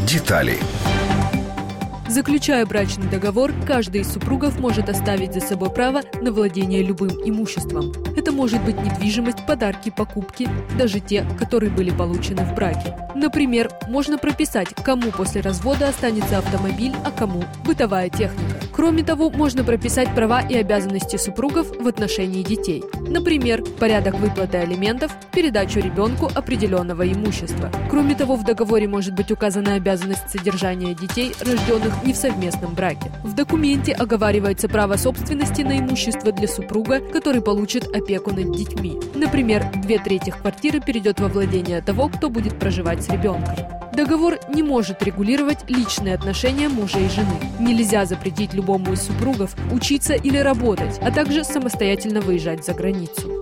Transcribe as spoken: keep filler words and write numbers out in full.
Детали. Заключая брачный договор, каждый из супругов может оставить за собой право на владение любым имуществом. Это может быть недвижимость, подарки, покупки, даже те, которые были получены в браке. Например, можно прописать, кому после развода останется автомобиль, а кому бытовая техника. Кроме того, можно прописать права и обязанности супругов в отношении детей. Например, порядок выплаты алиментов, передачу ребенку определенного имущества. Кроме того, в договоре может быть указана обязанность содержания детей, рожденных не в совместном браке. В документе оговаривается право собственности на имущество для супруга, который получит опеку над детьми. Например, две трети квартиры перейдет во владение того, кто будет проживать с ребенком. Договор не может регулировать личные отношения мужа и жены. Нельзя запретить любому из супругов учиться или работать, а также самостоятельно выезжать за границу.